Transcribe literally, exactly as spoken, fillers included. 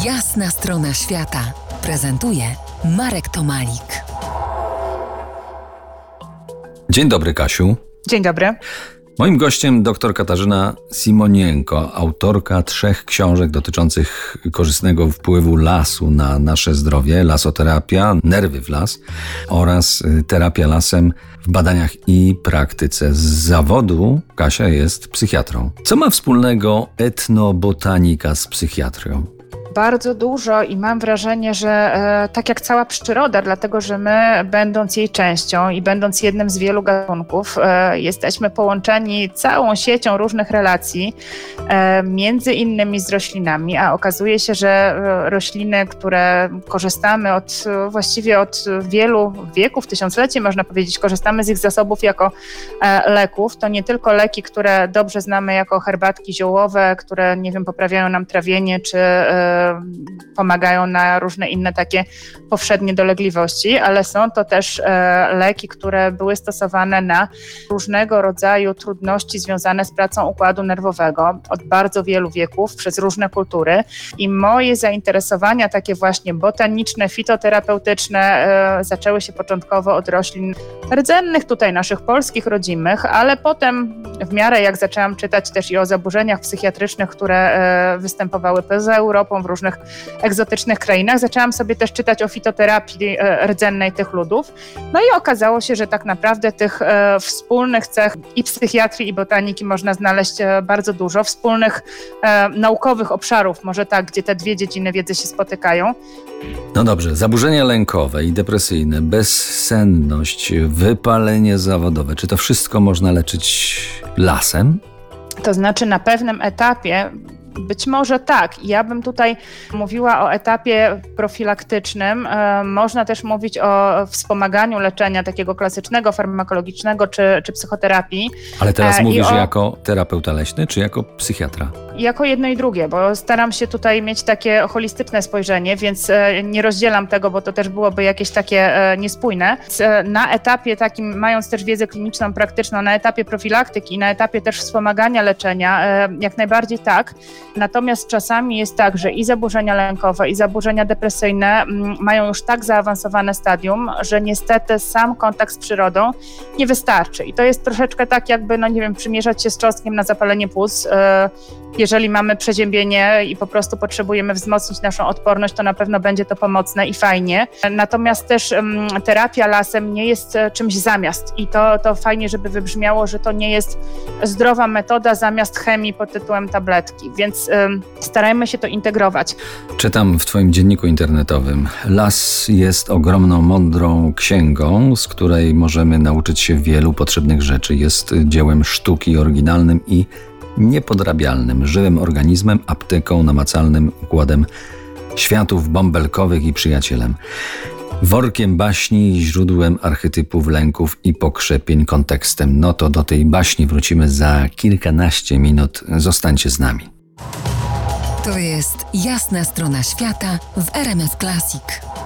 Jasna strona świata prezentuje Marek Tomalik. Dzień dobry, Kasiu. Dzień dobry. Moim gościem dr Katarzyna Simonienko, autorka trzech książek dotyczących korzystnego wpływu lasu na nasze zdrowie. Lasoterapia, nerwy w las oraz terapia lasem w badaniach i praktyce. Z zawodu Kasia jest psychiatrą. Co ma wspólnego etnobotanika z psychiatrią? Bardzo dużo i mam wrażenie, że e, tak jak cała przyroda, dlatego że my, będąc jej częścią i będąc jednym z wielu gatunków, e, jesteśmy połączeni całą siecią różnych relacji, e, między innymi z roślinami, a okazuje się, że rośliny, które korzystamy od właściwie od wielu wieków, tysiącleci można powiedzieć, korzystamy z ich zasobów jako e, leków, to nie tylko leki, które dobrze znamy jako herbatki ziołowe, które, nie wiem, poprawiają nam trawienie, czy e, pomagają na różne inne takie powszednie dolegliwości, ale są to też e, leki, które były stosowane na różnego rodzaju trudności związane z pracą układu nerwowego od bardzo wielu wieków przez różne kultury i moje zainteresowania takie właśnie botaniczne, fitoterapeutyczne e, zaczęły się początkowo od roślin rdzennych, tutaj naszych polskich, rodzimych, ale potem w miarę jak zaczęłam czytać też i o zaburzeniach psychiatrycznych, które e, występowały poza Europą, w różnych egzotycznych krainach. Zaczęłam sobie też czytać o fitoterapii e, rdzennej tych ludów. No i okazało się, że tak naprawdę tych e, wspólnych cech i psychiatrii, i botaniki można znaleźć e, bardzo dużo. Wspólnych e, naukowych obszarów, może tak, gdzie te dwie dziedziny wiedzy się spotykają. No dobrze, zaburzenia lękowe i depresyjne, bezsenność, wypalenie zawodowe. Czy to wszystko można leczyć lasem? To znaczy na pewnym etapie być może tak. Ja bym tutaj mówiła o etapie profilaktycznym. E, można też mówić o wspomaganiu leczenia takiego klasycznego, farmakologicznego czy, czy psychoterapii. Ale teraz e, mówisz o... jako terapeuta leśny czy jako psychiatra? Jako jedno i drugie, bo staram się tutaj mieć takie holistyczne spojrzenie, więc e, nie rozdzielam tego, bo to też byłoby jakieś takie e, niespójne. E, na etapie takim, mając też wiedzę kliniczną, praktyczną, na etapie profilaktyki, na etapie też wspomagania leczenia, e, jak najbardziej tak. Natomiast czasami jest tak, że i zaburzenia lękowe, i zaburzenia depresyjne m, mają już tak zaawansowane stadium, że niestety sam kontakt z przyrodą nie wystarczy. I to jest troszeczkę tak, jakby, no nie wiem, przymierzać się z czosnkiem na zapalenie płuc. E, jeżeli mamy przeziębienie i po prostu potrzebujemy wzmocnić naszą odporność, to na pewno będzie to pomocne i fajnie. Natomiast też um, terapia lasem nie jest czymś zamiast i to, to fajnie, żeby wybrzmiało, że to nie jest zdrowa metoda zamiast chemii pod tytułem tabletki, więc um, starajmy się to integrować. Czytam w twoim dzienniku internetowym: las jest ogromną, mądrą księgą, z której możemy nauczyć się wielu potrzebnych rzeczy. Jest dziełem sztuki, oryginalnym i niepodrabialnym, żywym organizmem, apteką, namacalnym układem światów bąbelkowych i przyjacielem. Workiem baśni, źródłem archetypów, lęków i pokrzepień, kontekstem. No to do tej baśni wrócimy za kilkanaście minut. Zostańcie z nami. To jest Jasna strona świata w R M F Classic.